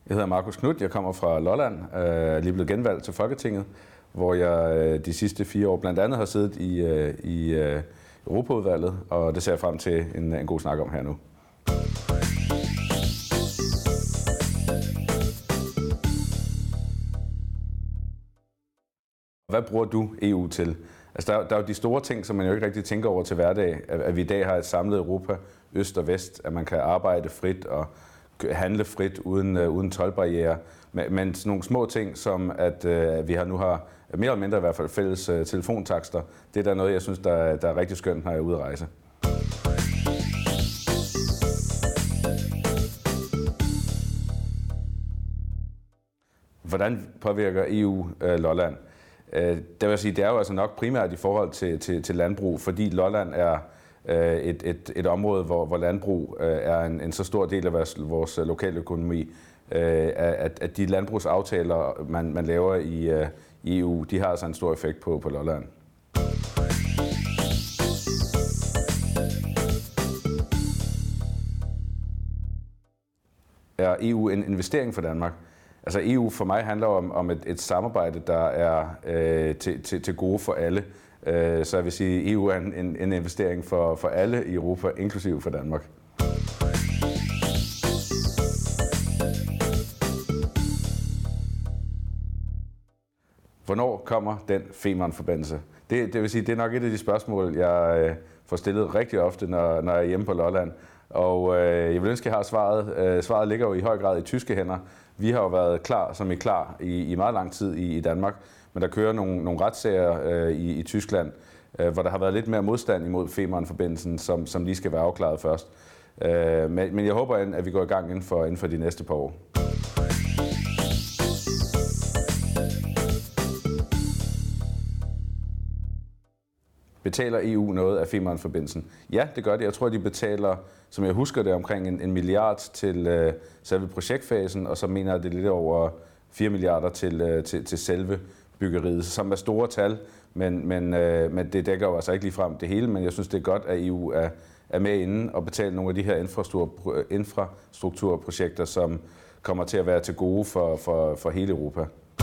Jeg hedder Markus Knudt, jeg kommer fra Lolland, er lige blevet genvalgt til Folketinget, hvor jeg de sidste 4 år blandt andet har siddet i Europaudvalget, og det ser jeg frem til en god snak om her nu. Hvad bruger du EU til? Altså, der er jo de store ting, som man jo ikke rigtig tænker over til hverdag, at vi i dag har et samlet Europa, øst og vest, at man kan arbejde frit og handle frit uden toldbarrierer. Men sådan nogle små ting, som at vi nu har mere eller mindre i hvert fald fælles telefontakster, det er der noget, jeg synes, der er rigtig skønt, når jeg er ude at rejse. Hvordan påvirker EU Lolland? Det vil sige, det er jo altså nok primært i forhold til landbrug, fordi Lolland er et område, hvor landbrug er en så stor del af vores lokale økonomi, at de landbrugsaftaler, man laver i EU, de har altså en stor effekt på Lolland. Er EU en investering for Danmark? Altså EU for mig handler om et samarbejde, der er til gode for alle. Så jeg vil sige, at EU er en investering for alle i Europa, inklusive for Danmark. Hvornår kommer den Femern-forbindelse? Det vil sige, det er nok et af de spørgsmål, jeg får stillet rigtig ofte, når jeg er hjemme på Lolland. Og jeg vil ønske, at jeg har svaret. Svaret ligger jo i høj grad i tyske hænder. Vi har jo været klar i meget lang tid i Danmark, men der kører nogle retssager i Tyskland, hvor der har været lidt mere modstand imod Femern-forbindelsen, som lige skal være afklaret først. Men jeg håber, at vi går i gang inden for de næste par år. Betaler EU noget af Femern-forbindelsen? Ja, det gør det. Jeg tror, de betaler, som jeg husker det, omkring 1 milliard til selve projektfasen, og så mener jeg, det er lidt over 4 milliarder til selve byggeriet, som er store tal, men det dækker jo altså ikke ligefrem det hele, men jeg synes, det er godt, at EU er med inde og betaler nogle af de her infrastrukturprojekter, som kommer til at være til gode for hele Europa.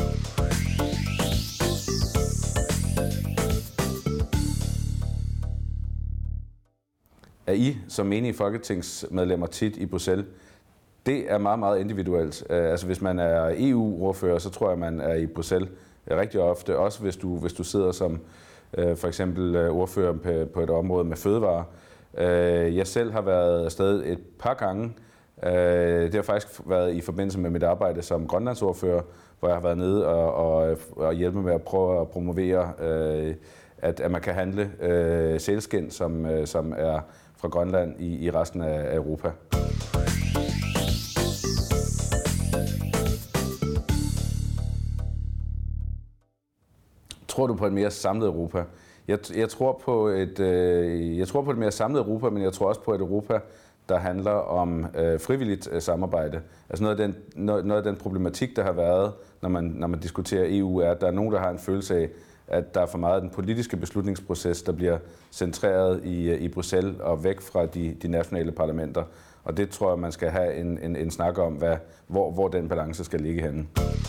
Er I som menige folketingsmedlemmer tit i Bruxelles? Det er meget, meget individuelt. Altså hvis man er EU-ordfører, så tror jeg, man er i Bruxelles rigtig ofte. Også hvis du sidder som for eksempel ordfører på et område med fødevarer. Jeg selv har været afsted et par gange. Det har faktisk været i forbindelse med mit arbejde som grønlandsordfører, hvor jeg har været nede og hjælpe med at prøve at promovere, at man kan handle sælskind, som er fra Grønland i resten af Europa. Tror du på et mere samlet Europa? Jeg tror på et mere samlet Europa, men jeg tror også på et Europa, der handler om frivilligt samarbejde. Altså noget af den problematik, der har været, når man diskuterer EU, er, at der er nogen, der har en følelse af, at der er for meget af den politiske beslutningsproces, der bliver centreret i Bruxelles og væk fra de nationale parlamenter. Og det tror jeg, man skal have en snak om, hvor den balance skal ligge henne.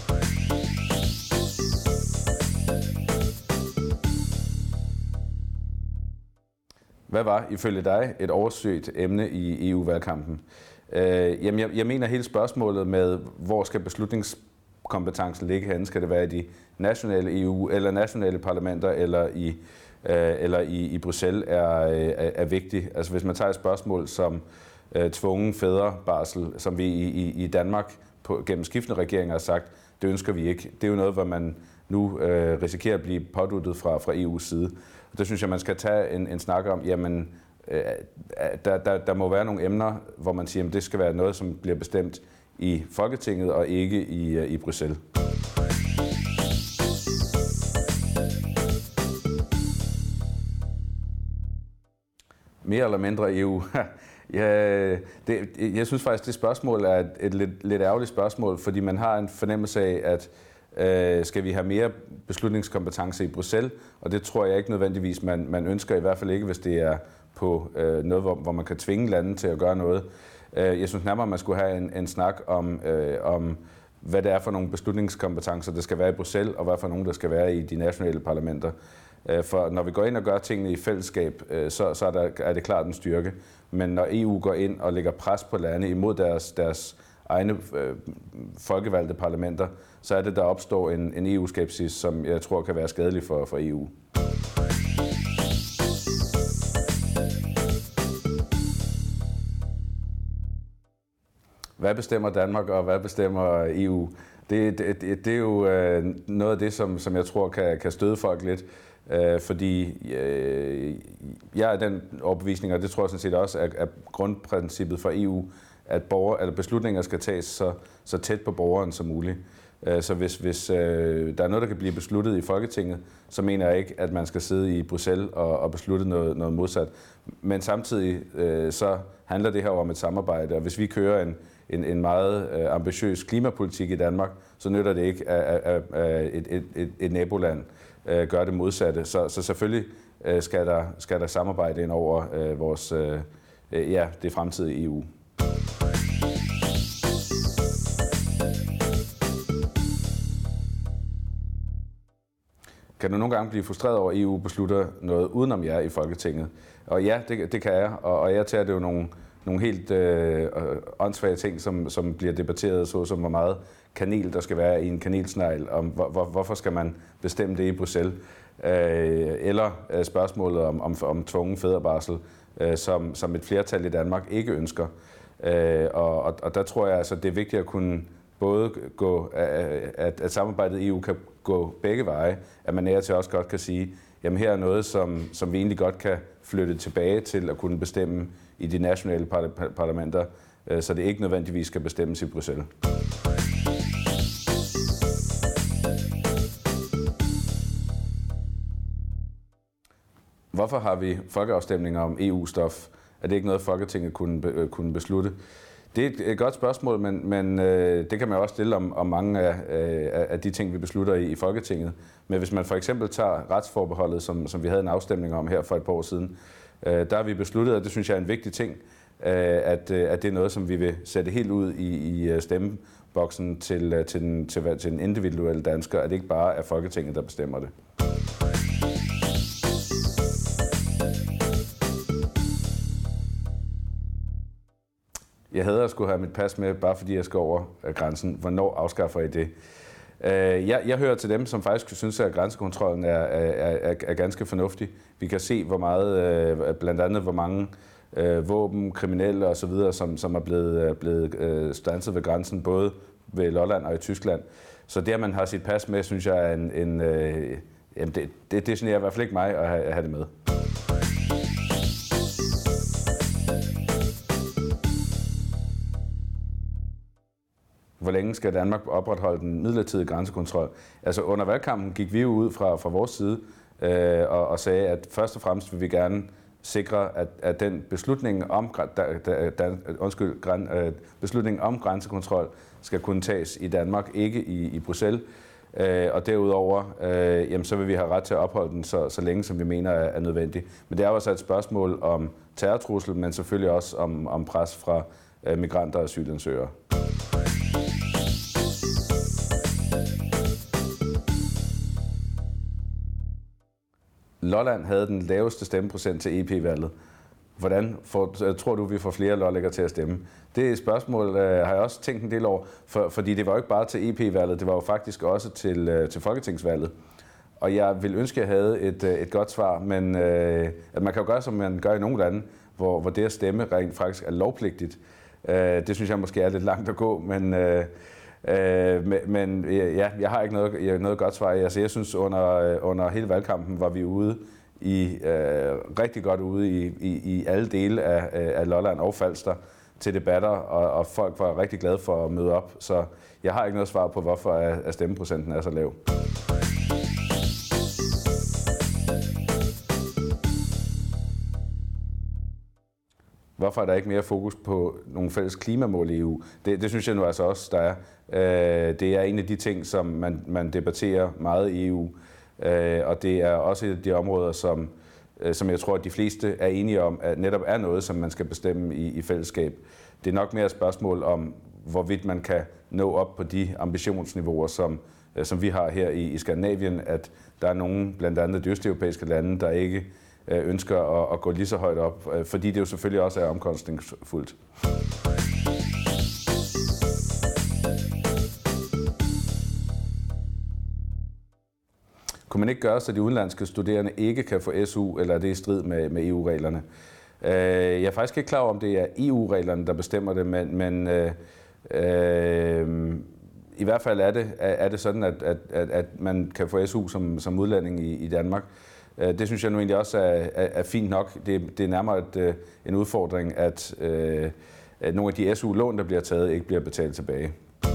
Hvad var ifølge dig et oversøgt emne i EU-valgkampen? Jeg mener hele spørgsmålet med, hvor skal beslutningskompetencen ligge henne? Skal det være i de nationale EU eller nationale parlamenter eller i Bruxelles er vigtigt. Altså hvis man tager et spørgsmål som tvungen fædrebarsel, som vi i Danmark gennem skiftende regeringer har sagt, det ønsker vi ikke. Det er jo noget, hvor man nu risikerer at blive påduttet fra EU's side. Og det synes jeg, man skal tage en snak om. Jamen, der må være nogle emner, hvor man siger, at det skal være noget, som bliver bestemt i Folketinget og ikke i Bruxelles. Mere eller mindre EU? Jeg synes faktisk, det spørgsmål er et lidt ærgerligt spørgsmål, fordi man har en fornemmelse af, at skal vi have mere beslutningskompetence i Bruxelles, og det tror jeg ikke nødvendigvis, man ønsker, i hvert fald ikke, hvis det er på noget, hvor man kan tvinge lande til at gøre noget. Jeg synes nærmere, man skulle have en snak om hvad det er for nogle beslutningskompetencer, der skal være i Bruxelles, og hvad for nogle, der skal være i de nationale parlamenter. For når vi går ind og gør tingene i fællesskab, så er det klart en styrke. Men når EU går ind og lægger pres på lande imod deres egne folkevalgte parlamenter, så er det, der opstår en EU-skepsis, som jeg tror kan være skadelig for EU. Hvad bestemmer Danmark, og hvad bestemmer EU? Det er jo noget af det, som jeg tror kan støde folk lidt. Fordi jeg er den overbevisning, og det tror jeg sådan set også er grundprincippet for EU, at beslutninger skal tages så tæt på borgeren som muligt. Så hvis der er noget, der kan blive besluttet i Folketinget, så mener jeg ikke, at man skal sidde i Bruxelles og beslutte noget modsat. Men samtidig så handler det her om et samarbejde, og hvis vi kører en meget ambitiøs klimapolitik i Danmark, så nytter det ikke, at et naboland gør det modsatte. Så selvfølgelig skal der samarbejde ind over det fremtidige EU. Kan du nogle gange blive frustreret over, at EU beslutter noget udenom jer i Folketinget? Og ja, det kan jeg, og jeg tager det jo nogle helt åndssvage ting, som bliver debatteret, såsom hvor meget kanel der skal være i en kanelsnegl, om hvorfor skal man bestemme det i Bruxelles, eller spørgsmålet om tvungen fædrebarsel, som et flertal i Danmark ikke ønsker. Og der tror jeg, altså, det er vigtigt at kunne både at samarbejdet i EU kan gå begge veje, at man nær til også godt kan sige, jamen her er noget, som vi egentlig godt kan flytte tilbage til at kunne bestemme i de nationale parlamenter, så det ikke nødvendigvis skal bestemmes i Bruxelles. Hvorfor har vi folkeafstemninger om EU-stof? Er det ikke noget, Folketinget kunne beslutte? Det er et godt spørgsmål, men det kan man også stille om mange af de ting, vi beslutter i Folketinget. Men hvis man for eksempel tager retsforbeholdet, som vi havde en afstemning om her for et par år siden, der har vi besluttet, og det synes jeg er en vigtig ting, at det er noget, som vi vil sætte helt ud i stemmeboksen til den individuelle dansker, at det ikke bare er Folketinget, der bestemmer det. Jeg hader at skulle have mit pas med, bare fordi jeg skal over grænsen. Hvornår afskaffer I det? Jeg hører til dem, som faktisk synes, at grænsekontrollen er ganske fornuftig. Vi kan se, hvor meget, blandt andet hvor mange våben, kriminelle osv., som er blevet standset ved grænsen, både ved Lolland og i Tyskland. Så det, at man har sit pas med, synes jeg er det generer i hvert fald ikke mig at have det med. Hvor længe skal Danmark opretholde den midlertidige grænsekontrol? Altså under valgkampen gik vi jo ud fra vores side og sagde, at først og fremmest vil vi gerne sikre, at den beslutning om grænsekontrol skal kunne tages i Danmark, ikke i Bruxelles. Og derudover, så vil vi have ret til at opholde den så længe, som vi mener er nødvendigt. Men det er også et spørgsmål om terrortrussel, men selvfølgelig også om pres fra migranter og asylansøgere. Lolland havde den laveste stemmeprocent til EP-valget. Hvordan tror du, vi får flere lollægere til at stemme? Det er et spørgsmål, har jeg også tænkt en del over, fordi det var jo ikke bare til EP-valget, det var jo faktisk også til folketingsvalget. Og jeg ville ønske, at jeg havde et godt svar, men at man kan jo gøre, som man gør i nogle lande, hvor det at stemme rent faktisk er lovpligtigt. Det synes jeg måske er lidt langt at gå, men jeg har ikke noget godt svar. Altså, jeg synes, under hele valgkampen var vi ude rigtig godt ude i alle dele af Lolland og Falster til debatter, og folk var rigtig glade for at møde op. Så jeg har ikke noget svar på, hvorfor at stemmeprocenten er så lav. Hvorfor er der ikke mere fokus på nogle fælles klimamål i EU? Det synes jeg nu altså også, der er. Det er en af de ting, som man debatterer meget i EU. Og det er også et af de områder, som jeg tror, at de fleste er enige om, at netop er noget, som man skal bestemme i fællesskab. det er nok mere et spørgsmål om, hvorvidt man kan nå op på de ambitionsniveauer, som vi har her i Skandinavien, at der er nogle, blandt andet de østeuropæiske lande, der ikke ønsker at gå lige så højt op, fordi det jo selvfølgelig også er omkostningsfuldt. Kunne man ikke gøre, så de udenlandske studerende ikke kan få SU, eller er det i strid med EU-reglerne? Jeg er faktisk ikke klar over, om det er EU-reglerne, der bestemmer det, men i hvert fald er det sådan, at man kan få SU som udlænding i Danmark. Det synes jeg nu egentlig også er fint nok. Det er nærmere en udfordring, at nogle af de SU-lån, der bliver taget, ikke bliver betalt tilbage.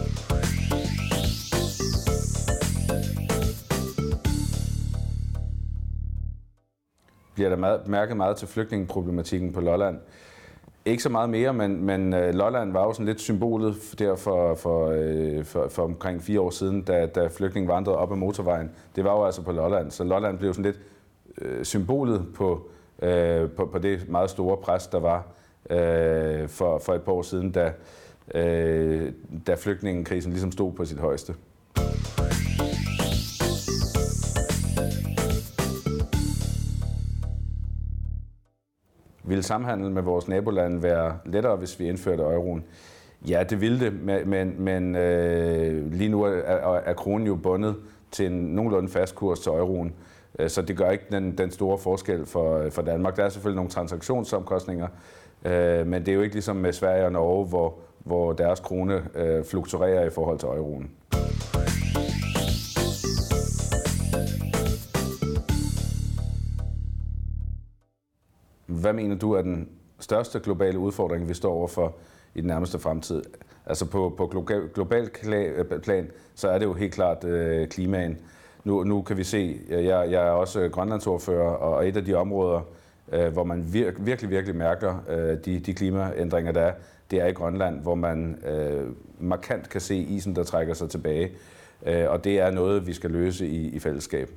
Bliver der mærket meget til flygtningeproblematikken på Lolland? Ikke så meget mere, men Lolland var jo sådan lidt symbolet der for omkring 4 år siden, da flygtningen vandrede op ad motorvejen. Det var jo altså på Lolland, så Lolland blev sådan lidt symbolet på det meget store pres, der var for et par år siden, da flygtningekrisen ligesom stod på sit højeste. Ville samhandel med vores nabolande være lettere, hvis vi indførte euroen? Ja, det ville det, men lige nu er kronen jo bundet til en nogenlunde fast kurs til euroen, så det gør ikke den store forskel for Danmark. Der er selvfølgelig nogle transaktionsomkostninger, men det er jo ikke ligesom med Sverige og Norge, hvor deres krone fluktuerer i forhold til euroen. Hvad mener du er den største globale udfordring, vi står overfor i den nærmeste fremtid? Altså på global plan, så er det jo helt klart klimaen. Nu kan vi se, jeg er også grønlandsordfører, og et af de områder, hvor man virkelig mærker de klimaændringer, der er, det er i Grønland, hvor man markant kan se isen, der trækker sig tilbage. Og det er noget, vi skal løse i fællesskab.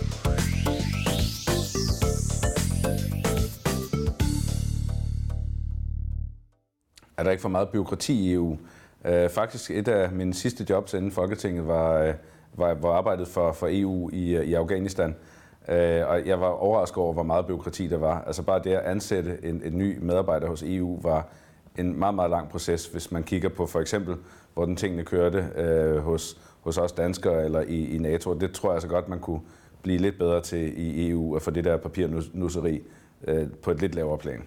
Er der ikke for meget byråkrati i EU? Faktisk et af mine sidste jobs inden Folketinget var arbejdet for EU i Afghanistan. Og jeg var overrasket over, hvor meget byråkrati der var. Altså bare det at ansætte en ny medarbejder hos EU var en meget, meget lang proces, hvis man kigger på for eksempel, hvordan tingene kørte hos os danskere eller i NATO. Det tror jeg så godt, man kunne blive lidt bedre til i EU at få det der papirnusseri på et lidt lavere plan.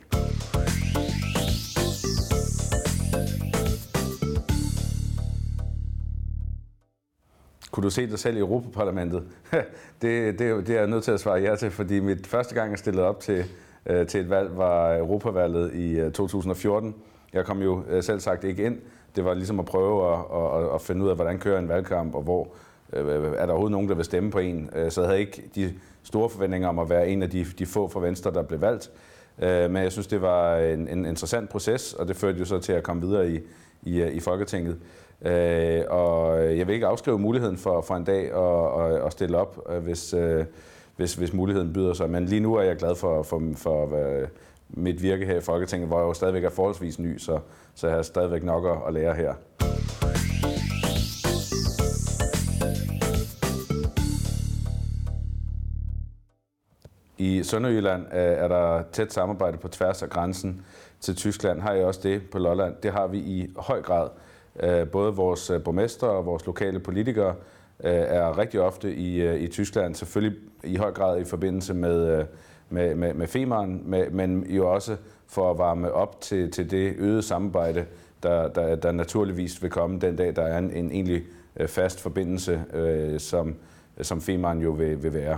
Kunne du se dig selv i Europaparlamentet? Det er jeg nødt til at svare ja til, fordi mit første gang, jeg stillede op til et valg, var Europavalget i 2014. Jeg kom jo selv sagt ikke ind. Det var ligesom at prøve at finde ud af, hvordan kører en valgkamp, og hvor er der overhovedet nogen, der vil stemme på en. Så jeg havde ikke de store forventninger om at være en af de få fra Venstre, der blev valgt. Men jeg synes, det var en interessant proces, og det førte jo så til at komme videre i Folketinget. Og jeg vil ikke afskrive muligheden for en dag at stille op, hvis muligheden byder sig. Men lige nu er jeg glad for mit virke her i Folketinget, hvor jeg jo stadigvæk er forholdsvis ny, så jeg har stadigvæk nok at lære her. I Sønderjylland er der tæt samarbejde på tværs af grænsen til Tyskland. Har I også det på Lolland? Det har vi i høj grad. Både vores borgmestre og vores lokale politikere er rigtig ofte i Tyskland, selvfølgelig i høj grad i forbindelse med Femern, men jo også for at varme op til det øgede samarbejde, der naturligvis vil komme den dag, der er en egentlig fast forbindelse, som Femern jo vil være.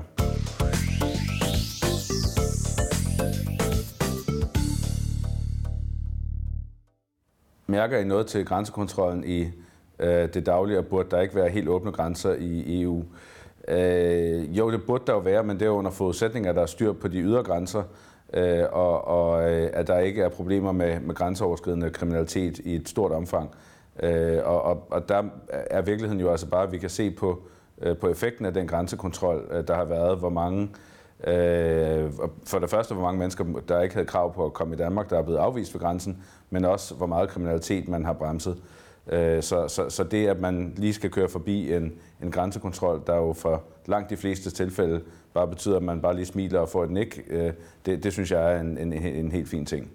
Mærker I noget til grænsekontrollen i det daglige, og burde der ikke være helt åbne grænser i EU? Jo, det burde der jo være, men det er under forudsætning, at der er styr på de ydre grænser, og at der ikke er problemer med grænseoverskridende kriminalitet i et stort omfang. Og der er virkeligheden jo altså bare, at vi kan se på effekten af den grænsekontrol, der har været, hvor mange For det første, hvor mange mennesker, der ikke havde krav på at komme i Danmark, der er blevet afvist ved grænsen, men også hvor meget kriminalitet man har bremset. Så det, at man lige skal køre forbi en grænsekontrol, der jo for langt de fleste tilfælde bare betyder, at man bare lige smiler og får et nik, det synes jeg er en helt fin ting.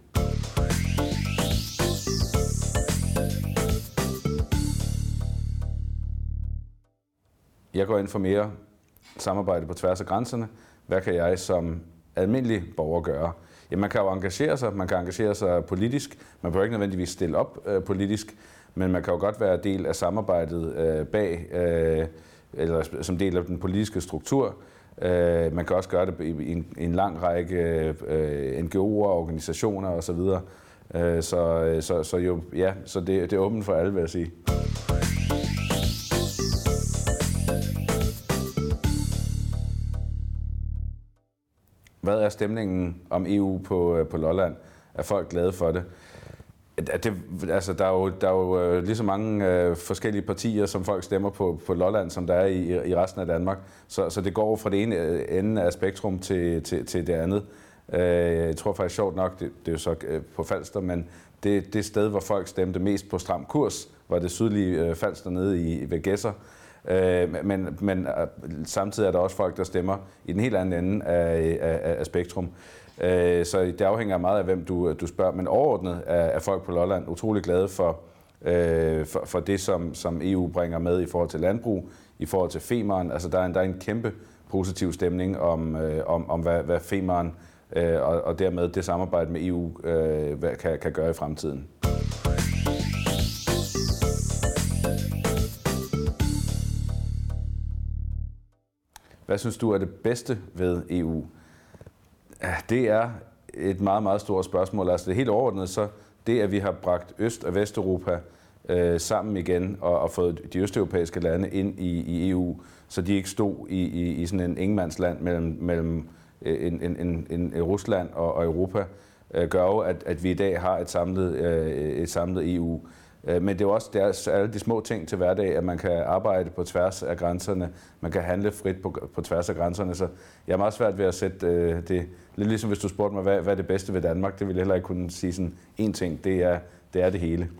Jeg går ind for mere samarbejde på tværs af grænserne. Hvad kan jeg som almindelig borger gøre? Jamen, man kan jo engagere sig. Man kan engagere sig politisk. Man behøver ikke nødvendigvis stille op politisk, men man kan jo godt være del af samarbejdet bag, eller som del af den politiske struktur. Man kan også gøre det i en lang række NGO'er, organisationer osv. Så det er åbent for alle, vil jeg sige. Hvad er stemningen om EU på Lolland? Er folk glade for det? Der er jo lige så mange forskellige partier, som folk stemmer på Lolland, som der er i resten af Danmark. Så det går fra det ene ende af spektrum til det andet. Jeg tror faktisk sjovt nok, det er jo så på Falster, men det sted, hvor folk stemte mest på Stram Kurs, var det sydlige Falster nede ved Gedser. Men samtidig er der også folk, der stemmer i den helt anden ende af spektrum. Så det afhænger meget af, hvem du spørger. Men overordnet er folk på Lolland utrolig glade for det, som EU bringer med i forhold til landbrug, i forhold til Femern. Altså, der er en kæmpe positiv stemning om hvad Femern og dermed det samarbejde med EU kan gøre i fremtiden. Hvad synes du er det bedste ved EU? Det er et meget, meget stort spørgsmål. Altså det helt overordnet, så det, at vi har bragt Øst- og Vesteuropa sammen igen og fået de østeuropæiske lande ind i EU, så de ikke stod i sådan en ingenmandsland mellem Rusland og Europa, gør jo, at vi i dag har et samlet EU. Men det er jo også alle de små ting til hverdag, at man kan arbejde på tværs af grænserne, man kan handle frit på tværs af grænserne, så jeg er meget svært ved at sætte det, lidt ligesom hvis du spurgte mig, hvad er det bedste ved Danmark, det ville jeg heller ikke kunne sige sådan én ting, det er det hele.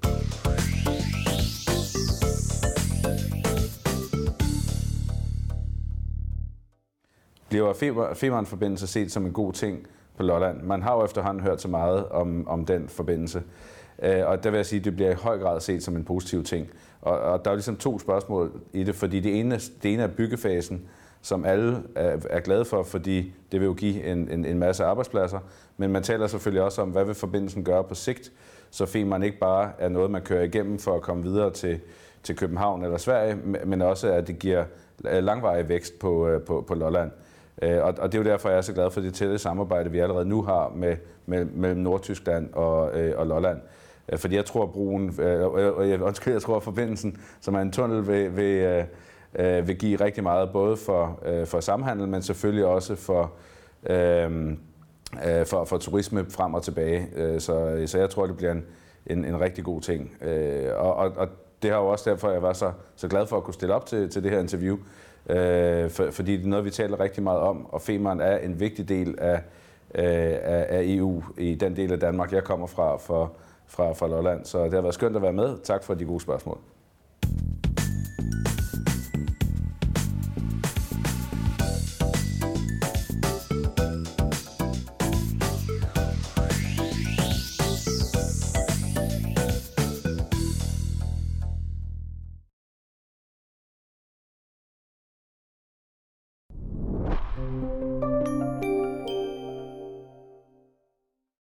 Bliver Femern-forbindelse set som en god ting på Lolland? Man har jo efterhånden hørt så meget om den forbindelse. Og der vil jeg sige, at det bliver i høj grad set som en positiv ting. Og der er ligesom to spørgsmål i det, fordi det ene er byggefasen, som alle er glade for, fordi det vil jo give en masse arbejdspladser. Men man taler selvfølgelig også om, hvad vil forbindelsen gøre på sigt, så Femern ikke bare er noget, man kører igennem for at komme videre til København eller Sverige, men også at det giver langvarig vækst på Lolland. Og det er jo derfor, jeg er så glad for det tætte samarbejde, vi allerede nu har mellem Nordtyskland og Lolland. Fordi jeg tror, jeg tror, forbindelsen, som er en tunnel, vil give rigtig meget, både for samhandel, men selvfølgelig også for turisme frem og tilbage. Så jeg tror, det bliver en rigtig god ting. Og det er jo også derfor, jeg var så glad for at kunne stille op til det her interview. Fordi det er noget, vi taler rigtig meget om, og Femern er en vigtig del af EU i den del af Danmark, jeg kommer fra Lolland. Så det har været skønt at være med. Tak for de gode spørgsmål.